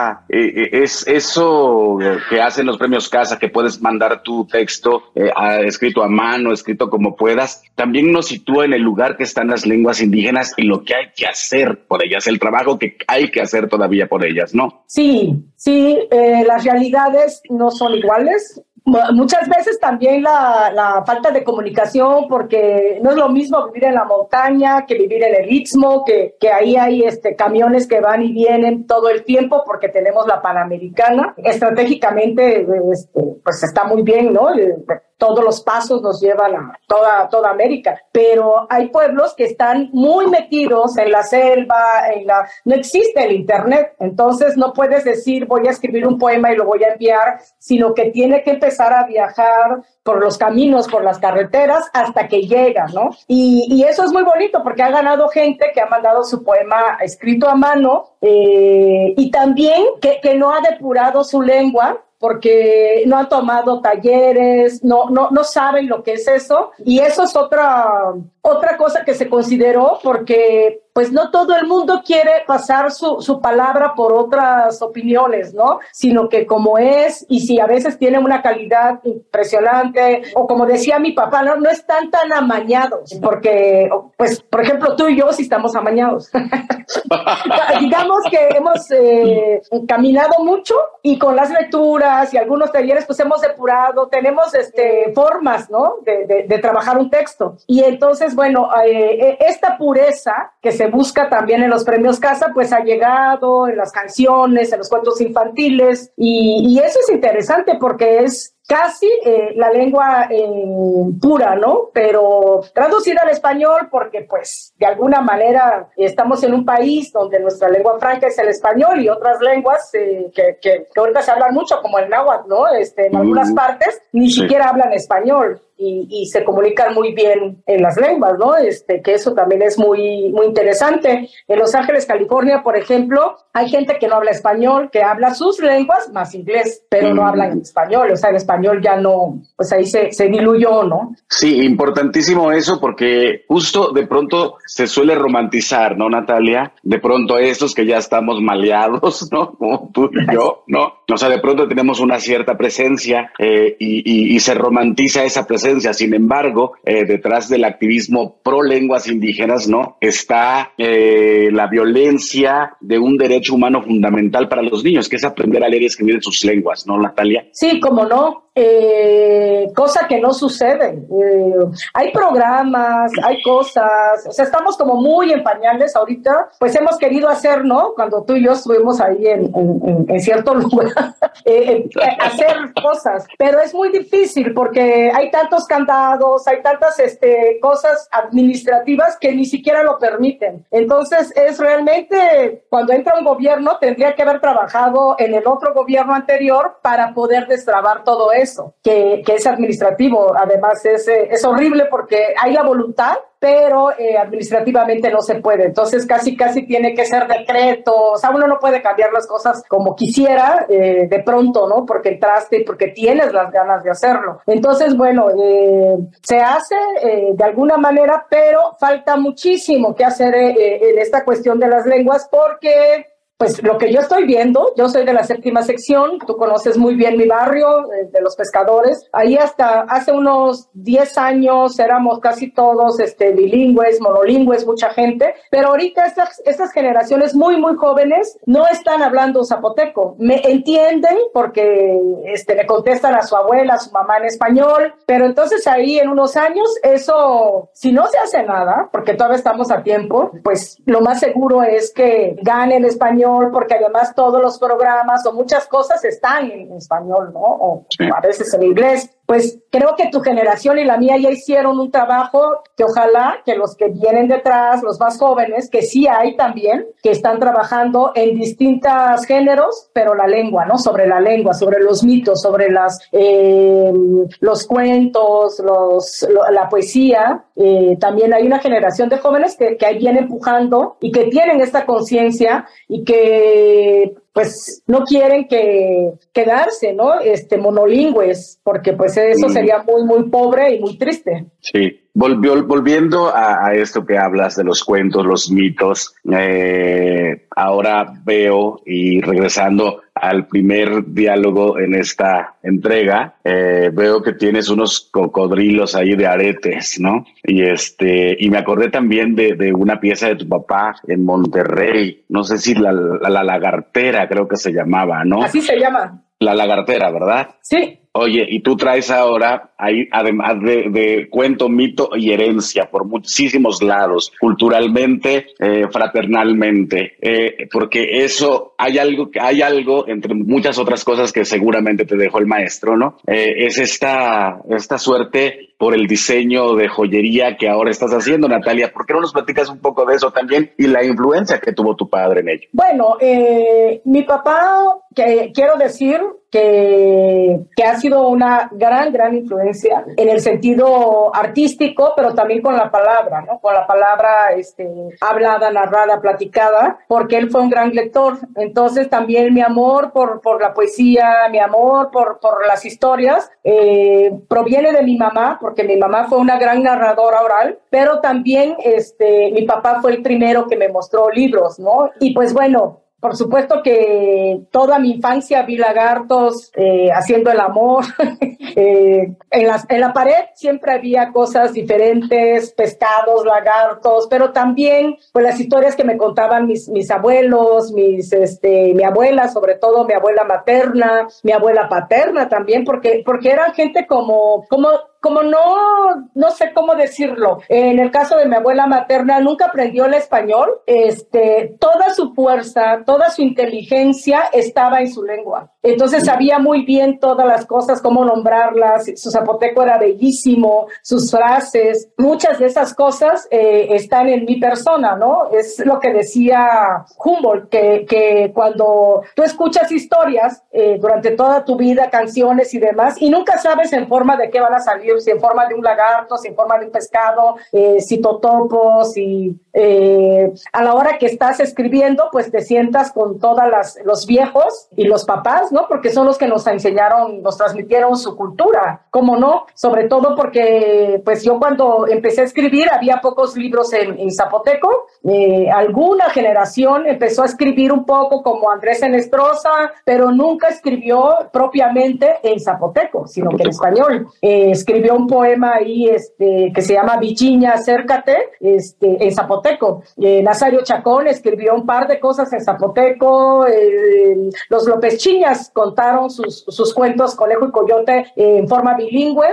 eso que hacen los premios Casa, que puedes mandar tu texto escrito a mano, escrito como puedas, también nos sitúa en el lugar que están las lenguas indígenas y lo que hay que hacer por ellas, el trabajo que hay que hacer todavía por ellas, ¿no? Sí, las realidades no son iguales. Muchas veces también la falta de comunicación, porque no es lo mismo vivir en la montaña que vivir en el Istmo, que ahí hay camiones que van y vienen todo el tiempo porque tenemos la Panamericana. Estratégicamente pues está muy bien, ¿no? Todos los pasos nos llevan a toda América, pero hay pueblos que están muy metidos en la selva, no existe el internet, entonces no puedes decir voy a escribir un poema y lo voy a enviar, sino que tiene que empezar a viajar por los caminos, por las carreteras, hasta que llega, ¿no? Y eso es muy bonito porque ha ganado gente que ha mandado su poema escrito a mano, y también que no ha depurado su lengua, porque no han tomado talleres, no saben lo que es eso, y eso es otra cosa que se consideró, porque pues no todo el mundo quiere pasar su palabra por otras opiniones, ¿no? Sino que como es, y si a veces tiene una calidad impresionante, o como decía mi papá, no están tan amañados, porque, pues, por ejemplo, tú y yo sí estamos amañados. Digamos que hemos caminado mucho, y con las lecturas y algunos talleres, pues hemos depurado, tenemos formas, ¿no? De trabajar un texto. Y entonces, bueno, esta pureza que se busca también en los premios Casa, pues ha llegado en las canciones, en los cuentos infantiles, y eso es interesante porque es casi la lengua pura, ¿no? Pero traducida al español, porque pues de alguna manera estamos en un país donde nuestra lengua franca es el español, y otras lenguas que ahorita se hablan mucho, como el náhuatl, ¿no? En algunas partes ni siquiera hablan español. Y se comunican muy bien en las lenguas, ¿no? Que eso también es muy, muy interesante. En Los Ángeles, California, por ejemplo, hay gente que no habla español, que habla sus lenguas más inglés, pero no hablan español. O sea, el español ya no, pues ahí se diluyó, ¿no? Sí, importantísimo eso, porque justo de pronto se suele romantizar, ¿no, Natalia? De pronto estos que ya estamos maleados, ¿no? Como tú y yo, ¿no? O sea, de pronto tenemos una cierta presencia y se romantiza esa presencia. Sin embargo, detrás del activismo pro lenguas indígenas, ¿no? Está la violencia de un derecho humano fundamental para los niños, que es aprender a leer y escribir en sus lenguas, ¿no, Natalia? Sí, cómo no. Cosa que no sucede. Hay programas, hay cosas, o sea, estamos como muy en pañales ahorita, pues hemos querido hacer, ¿no? Cuando tú y yo estuvimos ahí en cierto lugar, hacer cosas, pero es muy difícil porque hay tantos candados, hay tantas cosas administrativas que ni siquiera lo permiten. Entonces, es realmente, cuando entra un gobierno, tendría que haber trabajado en el otro gobierno anterior para poder destrabar todo eso. proceso que es administrativo. Además es horrible porque hay la voluntad, pero administrativamente no se puede. Entonces casi tiene que ser decreto. O sea, uno no puede cambiar las cosas como quisiera de pronto, ¿no? Porque entraste y porque tienes las ganas de hacerlo. Entonces, bueno, se hace de alguna manera, pero falta muchísimo que hacer en esta cuestión de las lenguas, porque pues lo que yo estoy viendo, yo soy de la 7ª sección, tú conoces muy bien mi barrio, de los pescadores. Ahí hasta hace unos 10 años éramos casi todos bilingües, monolingües, mucha gente, pero ahorita estas generaciones muy jóvenes no están hablando zapoteco. Me entienden porque le contestan a su abuela, a su mamá en español, pero entonces ahí en unos años eso, si no se hace nada, porque todavía estamos a tiempo, pues lo más seguro es que gane el español, porque además todos los programas o muchas cosas están en español, ¿no? O a veces en inglés. Pues creo que tu generación y la mía ya hicieron un trabajo que ojalá que los que vienen detrás, los más jóvenes, que sí hay también, que están trabajando en distintos géneros, pero la lengua, ¿no? Sobre la lengua, sobre los mitos, sobre los cuentos, la poesía. También hay una generación de jóvenes que ahí viene empujando y que tienen esta conciencia y que pues no quieren quedarse, ¿no? Monolingües, porque pues eso sería muy pobre y muy triste. Sí. Volviendo a esto que hablas de los cuentos, los mitos, ahora veo, y regresando al primer diálogo en esta entrega, veo que tienes unos cocodrilos ahí de aretes, ¿no? Y me acordé también de una pieza de tu papá en Monterrey, no sé si la lagartera creo que se llamaba, ¿no? Así se llama. La lagartera, ¿verdad? Sí. Oye, y tú traes ahora, ahí, además de cuento, mito y herencia por muchísimos lados, culturalmente, fraternalmente, porque eso, hay algo entre muchas otras cosas que seguramente te dejó el maestro, ¿no? Es esta suerte por el diseño de joyería que ahora estás haciendo, Natalia. ¿Por qué no nos platicas un poco de eso también y la influencia que tuvo tu padre en ello? Bueno, mi papá, que quiero decir que ha sido una gran influencia en el sentido artístico, pero también con la palabra, ¿no? Con la palabra hablada, narrada, platicada, porque él fue un gran lector. Entonces también mi amor por la poesía, mi amor por las historias, proviene de mi mamá, porque mi mamá fue una gran narradora oral, pero también mi papá fue el primero que me mostró libros, ¿no? Y pues bueno, por supuesto que toda mi infancia vi lagartos haciendo el amor. En la pared siempre había cosas diferentes, pescados, lagartos, pero también pues las historias que me contaban mis abuelos, mi abuela, sobre todo mi abuela materna, mi abuela paterna también, porque eran gente como no sé cómo decirlo. En el caso de mi abuela materna, nunca aprendió el español. Toda su fuerza, toda su inteligencia estaba en su lengua. Entonces sabía muy bien todas las cosas, cómo nombrarlas. Su zapoteco era bellísimo, sus frases, muchas de esas cosas están en mi persona, ¿no? Es lo que decía Humboldt, que cuando tú escuchas historias durante toda tu vida, canciones y demás, y nunca sabes en forma de qué van a salir, si en forma de un lagarto, si en forma de un pescado, si totopos, si a la hora que estás escribiendo, pues te sientas con todos los viejos y los papás, ¿no? Porque son los que nos enseñaron, nos transmitieron su cultura, ¿cómo no? Sobre todo porque, pues yo cuando empecé a escribir había pocos libros en zapoteco, alguna generación empezó a escribir un poco como Andrés Enestrosa, pero nunca escribió propiamente en zapoteco, sino que en español. Escribió un poema ahí que se llama Vichiña, acércate, en zapoteco. Nazario Chacón escribió un par de cosas en zapoteco. Los López Chiñas contaron sus cuentos Conejo y Coyote en forma bilingüe.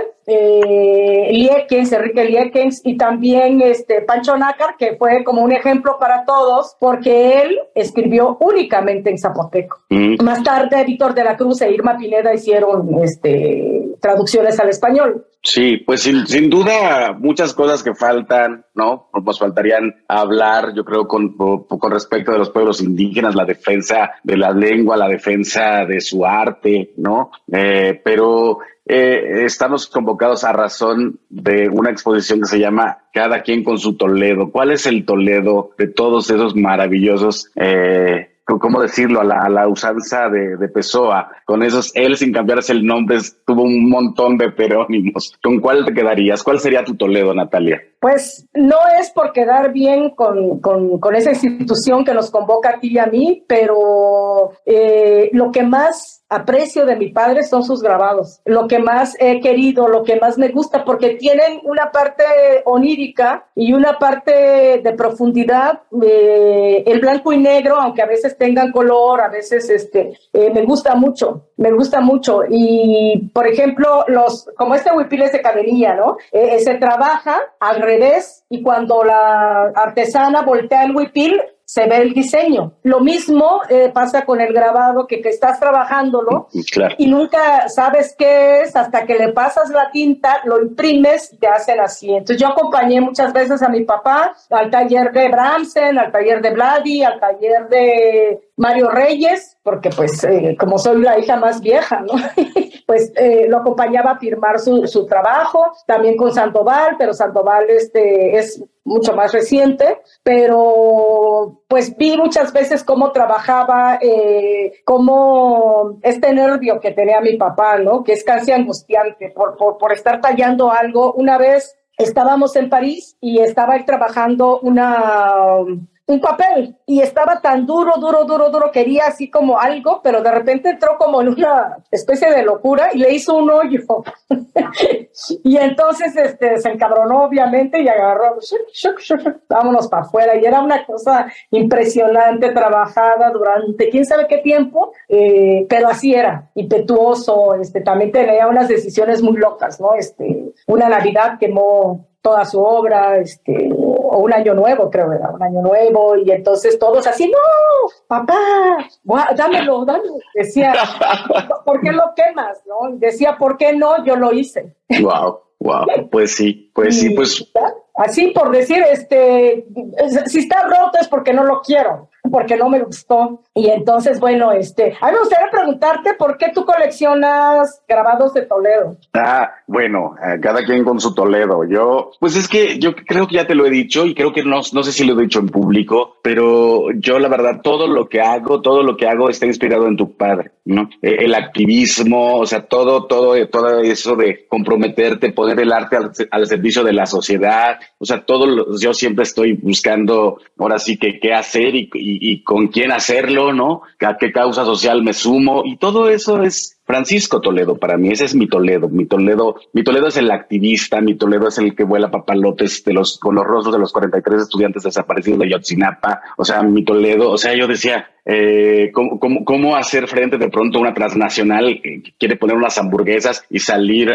Enrique Liekens, y también Pancho Nácar, que fue como un ejemplo para todos, porque él escribió únicamente en zapoteco. Más tarde Víctor de la Cruz e Irma Pineda hicieron traducciones al español. Sí, pues sin duda muchas cosas que faltan, ¿no? Nos faltarían hablar, yo creo, con respecto de los pueblos indígenas, la defensa de la lengua, la defensa de su arte, ¿no? Pero estamos convocados a razón de una exposición que se llama Cada quien con su Toledo. ¿Cuál es el Toledo de todos esos maravillosos ¿cómo decirlo? A la usanza de Pessoa, con esos, él sin cambiarse el nombre tuvo un montón de perónimos. ¿Con cuál te quedarías? ¿Cuál sería tu Toledo, Natalia? Pues no es por quedar bien con esa institución que nos convoca a ti y a mí, pero lo que más aprecio de mi padre son sus grabados, lo que más he querido, lo que más me gusta, porque tienen una parte onírica y una parte de profundidad, el blanco y negro, aunque a veces tengan color, a veces me gusta mucho, y por ejemplo, como este huipil es de cadenilla, ¿no? Se trabaja al revés y cuando la artesana voltea el huipil, se ve el diseño. Lo mismo pasa con el grabado, que estás trabajándolo, claro, y nunca sabes qué es hasta que le pasas la tinta, lo imprimes y te hacen así. Entonces yo acompañé muchas veces a mi papá al taller de Bramsen, al taller de Vladi, al taller de Mario Reyes, porque pues como soy la hija más vieja, ¿no? Pues lo acompañaba a firmar su trabajo, también con Sandoval, pero Sandoval es mucho más reciente, pero pues vi muchas veces cómo trabajaba, cómo este nervio que tenía mi papá, ¿no? Que es casi angustiante por estar tallando algo. Una vez estábamos en París y estaba él trabajando un papel y estaba tan duro, quería así como algo, pero de repente entró como en una especie de locura y le hizo un hoyo. Y entonces se encabronó obviamente y agarró, vámonos para afuera, y era una cosa impresionante, trabajada durante quién sabe qué tiempo, pero así era, impetuoso, también tenía unas decisiones muy locas, ¿no? Una Navidad quemó toda su obra, o un año nuevo, creo era, un año nuevo, y entonces todos así, no, papá, dámelo, decía, ¿por qué lo quemas? ¿No? Decía, ¿por qué no? Yo lo hice. Wow, pues sí. Así por decir, si está roto es porque no lo quiero, porque no me gustó. Y entonces, bueno, a mí me gustaría preguntarte por qué tú coleccionas grabados de Toledo. Bueno, cada quien con su Toledo. Pues es que yo creo que ya te lo he dicho y creo que no sé si lo he dicho en público, pero yo la verdad todo lo que hago está inspirado en tu padre, ¿no? El activismo, o sea, todo eso de comprometerte, poner el arte al servicio de la sociedad, o sea, yo siempre estoy buscando ahora sí que qué hacer y con quién hacerlo, ¿no? A qué causa social me sumo, y todo eso es Francisco Toledo para mí. Ese es mi Toledo. Mi Toledo es el activista, mi Toledo es el que vuela papalotes con los rostros de los 43 estudiantes desaparecidos de Ayotzinapa. O sea, mi Toledo, o sea, yo decía, ¿cómo hacer frente de pronto a una transnacional que quiere poner unas hamburguesas y salir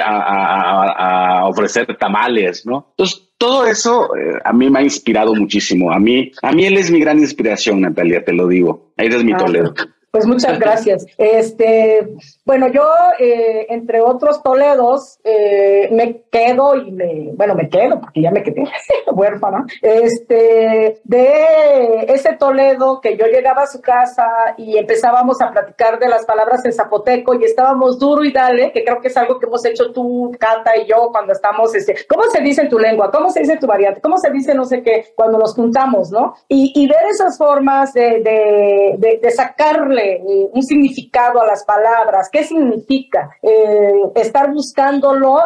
a ofrecer tamales, ¿no? Entonces, todo eso a mí me ha inspirado muchísimo. A mí él es mi gran inspiración, Natalia, te lo digo. Ese es mi Toledo. Pues muchas gracias. Bueno, yo, entre otros Toledos, me quedo porque ya me quedé huérfana, de ese Toledo que yo llegaba a su casa y empezábamos a platicar de las palabras en zapoteco y estábamos duro y dale, que creo que es algo que hemos hecho tú, Cata y yo cuando estamos, ¿cómo se dice en tu lengua? ¿Cómo se dice en tu variante? ¿Cómo se dice no sé qué? Cuando nos juntamos, ¿no? Y ver esas formas de sacarle un significado a las palabras. ¿Qué significa? Estar buscándolo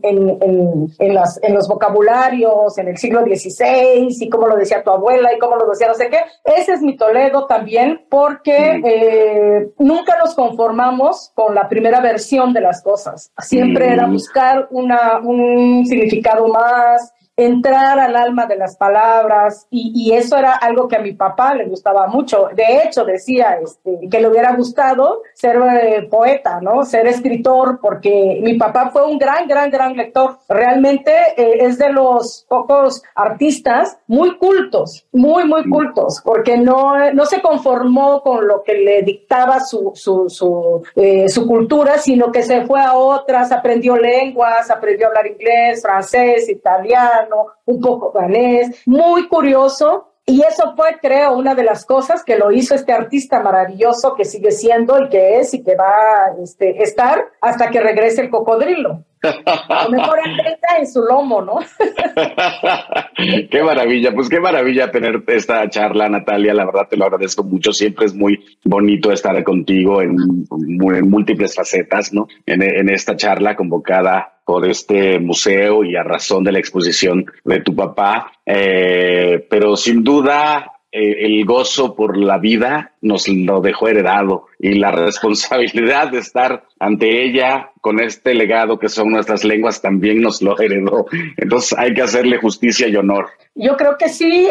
en los vocabularios, en el siglo XVI, y cómo lo decía tu abuela y cómo lo decía no sé qué. Ese es mi Toledo también, porque nunca nos conformamos con la primera versión de las cosas. Siempre era buscar un significado más, entrar al alma de las palabras, y eso era algo que a mi papá le gustaba mucho. De hecho, decía que le hubiera gustado ser poeta, ¿no? Ser escritor, porque mi papá fue un gran lector. Realmente es de los pocos artistas muy cultos, muy cultos, porque no se conformó con lo que le dictaba su cultura, sino que se fue a otras, aprendió lenguas, aprendió a hablar inglés, francés, italiano, un poco danés, muy curioso. Y eso fue, creo, una de las cosas que lo hizo este artista maravilloso que sigue siendo y que es y que va a estar hasta que regrese el cocodrilo. O mejor entra en su lomo, ¿no? Qué maravilla, pues qué maravilla tener esta charla, Natalia. La verdad te lo agradezco mucho. Siempre es muy bonito estar contigo en múltiples facetas, ¿no? En esta charla convocada por este museo y a razón de la exposición de tu papá. Pero sin duda el gozo por la vida nos lo dejó heredado, y la responsabilidad de estar ante ella con este legado que son nuestras lenguas también nos lo heredó. Entonces hay que hacerle justicia y honor. Yo creo que sí,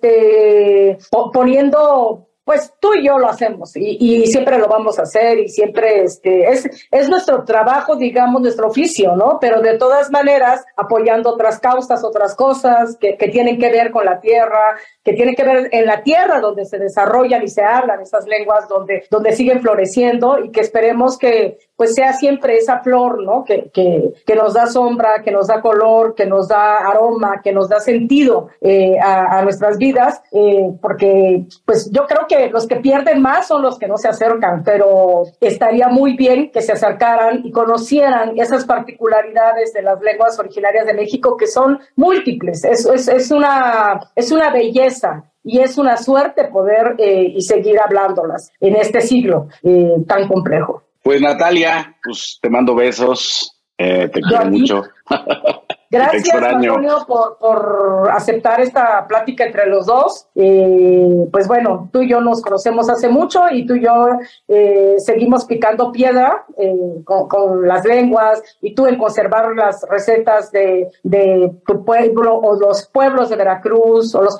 poniendo... Pues tú y yo lo hacemos y siempre lo vamos a hacer, y siempre es nuestro trabajo, digamos, nuestro oficio, ¿no? Pero de todas maneras apoyando otras causas, otras cosas que tienen que ver con la tierra, que tienen que ver en la tierra donde se desarrollan y se hablan esas lenguas, donde siguen floreciendo, y que esperemos que pues sea siempre esa flor, ¿no? Que nos da sombra, que nos da color, que nos da aroma, que nos da sentido a nuestras vidas, porque pues yo creo que los que pierden más son los que no se acercan, pero estaría muy bien que se acercaran y conocieran esas particularidades de las lenguas originarias de México, que son múltiples. Es una belleza. Y es una suerte poder y seguir hablándolas en este siglo tan complejo. Pues Natalia, pues te mando besos, te quiero mucho. Gracias, Antonio, por aceptar esta plática entre los dos. Pues bueno, tú y yo nos conocemos hace mucho, y tú y yo seguimos picando piedra con las lenguas, y tú en conservar las recetas de tu pueblo, o los pueblos de Veracruz, o los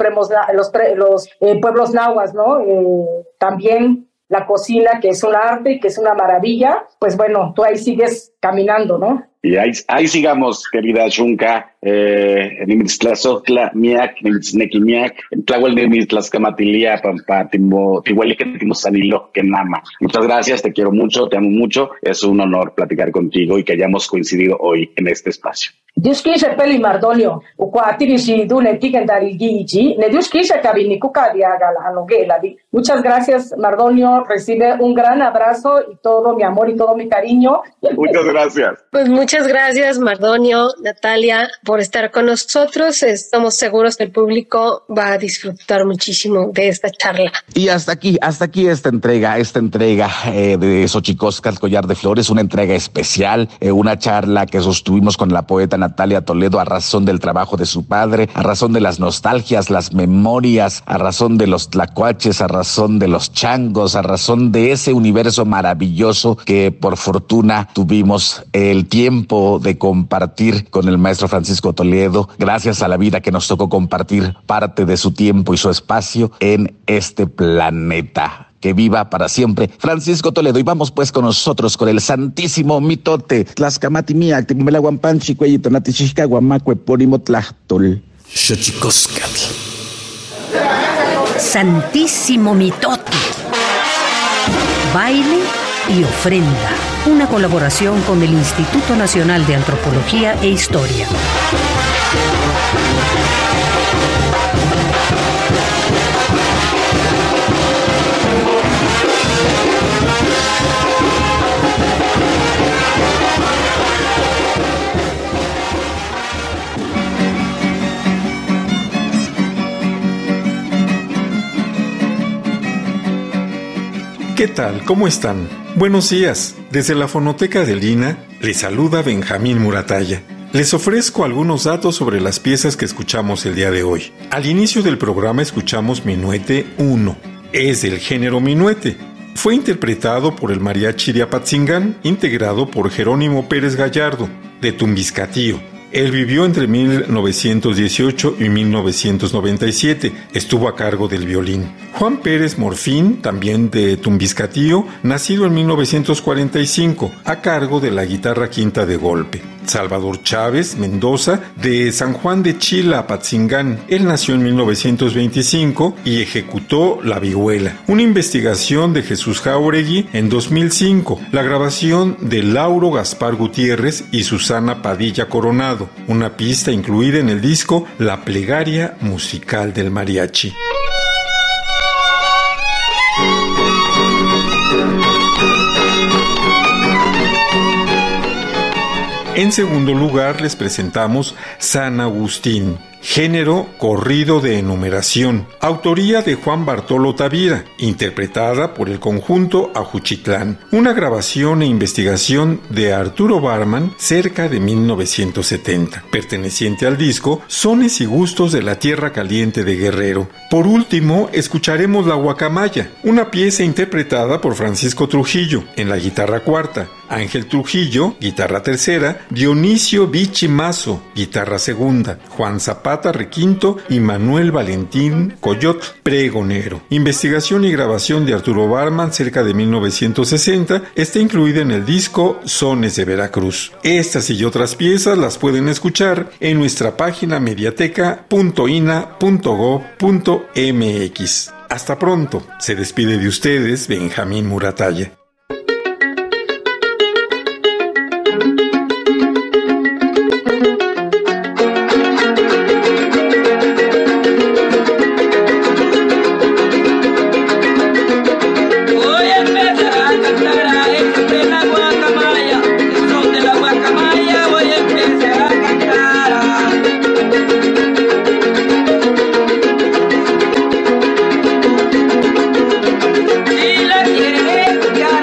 pueblos nahuas, ¿no? También la cocina, que es un arte y que es una maravilla. Pues bueno, tú ahí sigues caminando, ¿no? Y ahí sigamos, querida Xunca, Nimitztlazoctla, Miak, Nimitznequimiak, Tlahuel Nimitztlazcamatilia, Pampa, Tihueliquetimosanilo, Kenama. Muchas gracias, te quiero mucho, te amo mucho. Es un honor platicar contigo y que hayamos coincidido hoy en este espacio. Diuskisha peli Mardonio, ucuatirishi dune tikendarigi, ne diuskisha kabinikuka diagala anogeladi. Muchas gracias, Mardonio. Recibe un gran abrazo y todo mi amor y todo mi cariño. Muchas gracias. Pues muchas gracias, Mardonio, Natalia, por estar con nosotros. Estamos seguros que el público va a disfrutar muchísimo de esta charla. Y hasta aquí esta entrega de Xochicóscatl, Collar de Flores, una entrega especial, una charla que sostuvimos con la poeta Natalia Toledo a razón del trabajo de su padre, a razón de las nostalgias, las memorias, a razón de los tlacuaches, a razón de los changos, a razón de ese universo maravilloso que por fortuna tuvimos el tiempo de compartir con el maestro Francisco Toledo, gracias a la vida que nos tocó compartir parte de su tiempo y su espacio en este planeta. Que viva para siempre Francisco Toledo. Y vamos pues con nosotros, con el santísimo mitote. Tlaxcamatimiac, Timelaguampanchi, Cuellito, Natichica, Guamacue, Porimotlachtol. Xochicóscatl. Santísimo mitote. Baile y ofrenda. Una colaboración con el Instituto Nacional de Antropología e Historia. ¿Qué tal? ¿Cómo están? Buenos días. Desde la Fonoteca de Lina, les saluda Benjamín Muratalla. Les ofrezco algunos datos sobre las piezas que escuchamos el día de hoy. Al inicio del programa escuchamos Minuete 1. Es del género minuete. Fue interpretado por el Mariachi de Apatzingán, integrado por Jerónimo Pérez Gallardo, de Tumbiscatío. Él vivió entre 1918 y 1997. Estuvo a cargo del violín. Juan Pérez Morfín, también de Tumbiscatío, nacido en 1945, a cargo de la guitarra quinta de golpe. Salvador Chávez Mendoza, de San Juan de Chila-Apatzingán. Él nació en 1925 y ejecutó La Vihuela, una investigación de Jesús Jáuregui en 2005, la grabación de Lauro Gaspar Gutiérrez y Susana Padilla Coronado, una pista incluida en el disco La Plegaria Musical del Mariachi. En segundo lugar les presentamos San Agustín, género corrido de enumeración, autoría de Juan Bartolo Tavira, interpretada por el conjunto Ajuchitlán, una grabación e investigación de Arturo Barman cerca de 1970, perteneciente al disco Sones y Gustos de la Tierra Caliente de Guerrero. Por último, escucharemos La Guacamaya, una pieza interpretada por Francisco Trujillo en la guitarra cuarta, Ángel Trujillo, guitarra tercera, Dionisio Vichy Mazo, guitarra segunda, Juan Zapata requinto y Manuel Valentín Coyot, pregonero. Investigación y grabación de Arturo Barman cerca de 1960, está incluida en el disco Sones de Veracruz. Estas y otras piezas las pueden escuchar en nuestra página mediateca.ina.gov.mx. Hasta pronto, se despide de ustedes Benjamín Muratalla. Si la quieres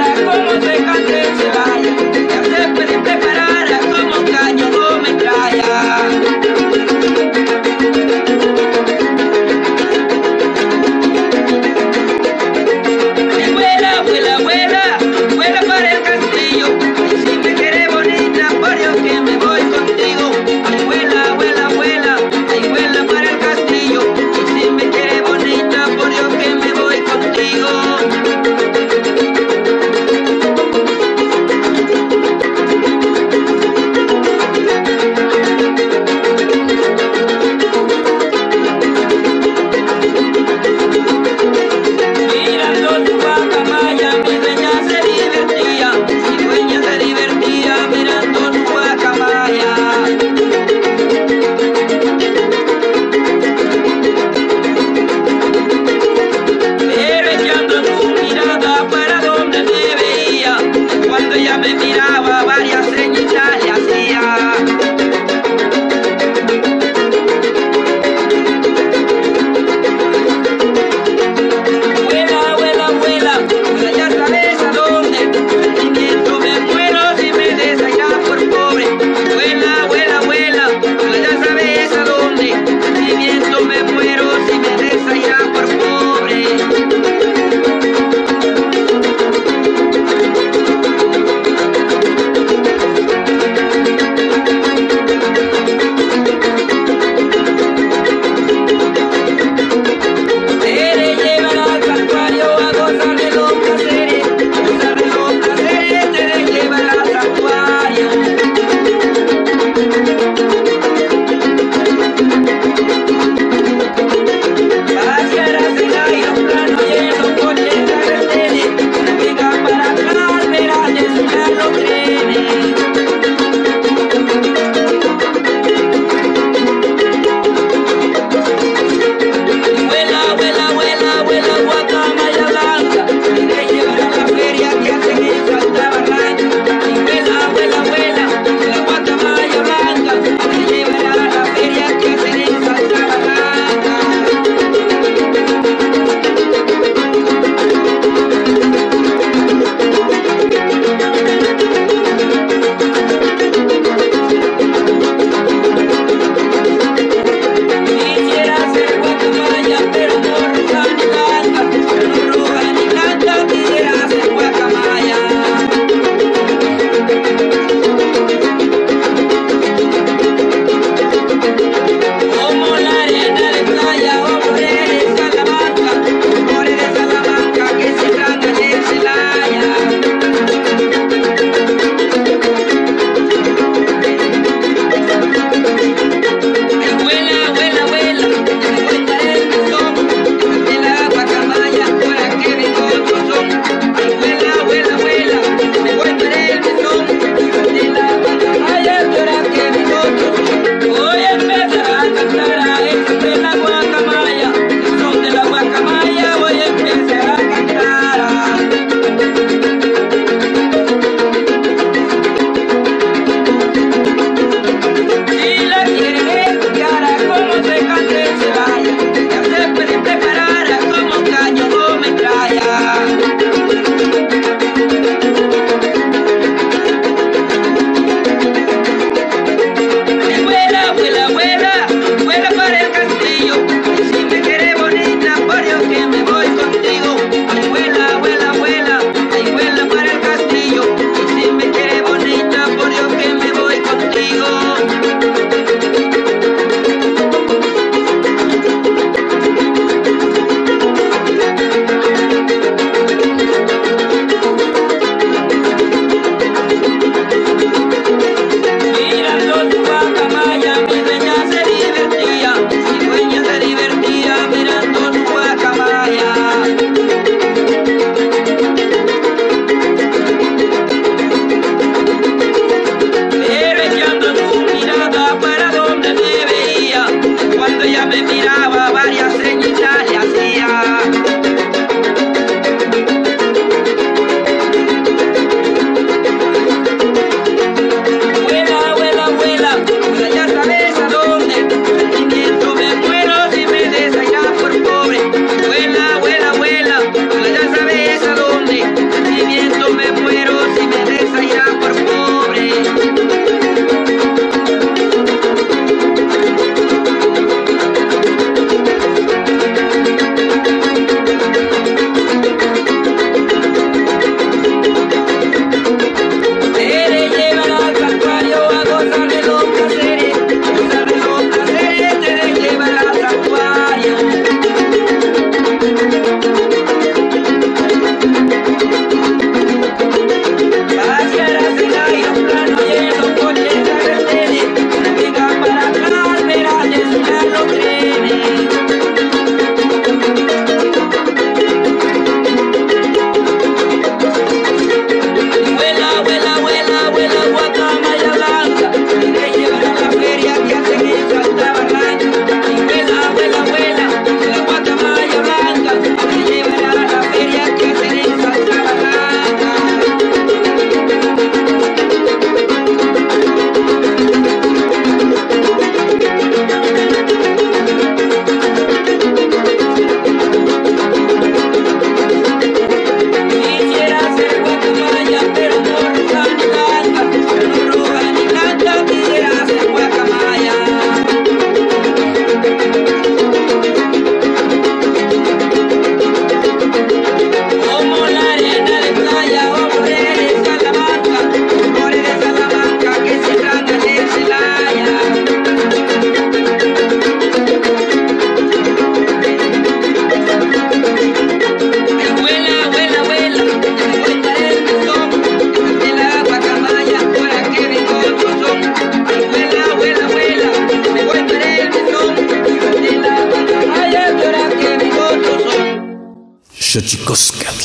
Xochicóscatl.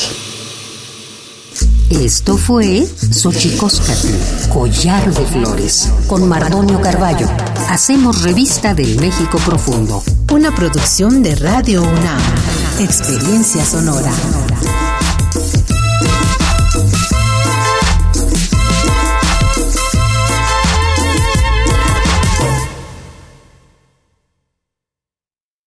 Esto fue Xochicóscatl, Collar de Flores, con Mardonio Carballo. Hacemos revista del México profundo. Una producción de Radio UNAM. Experiencia sonora.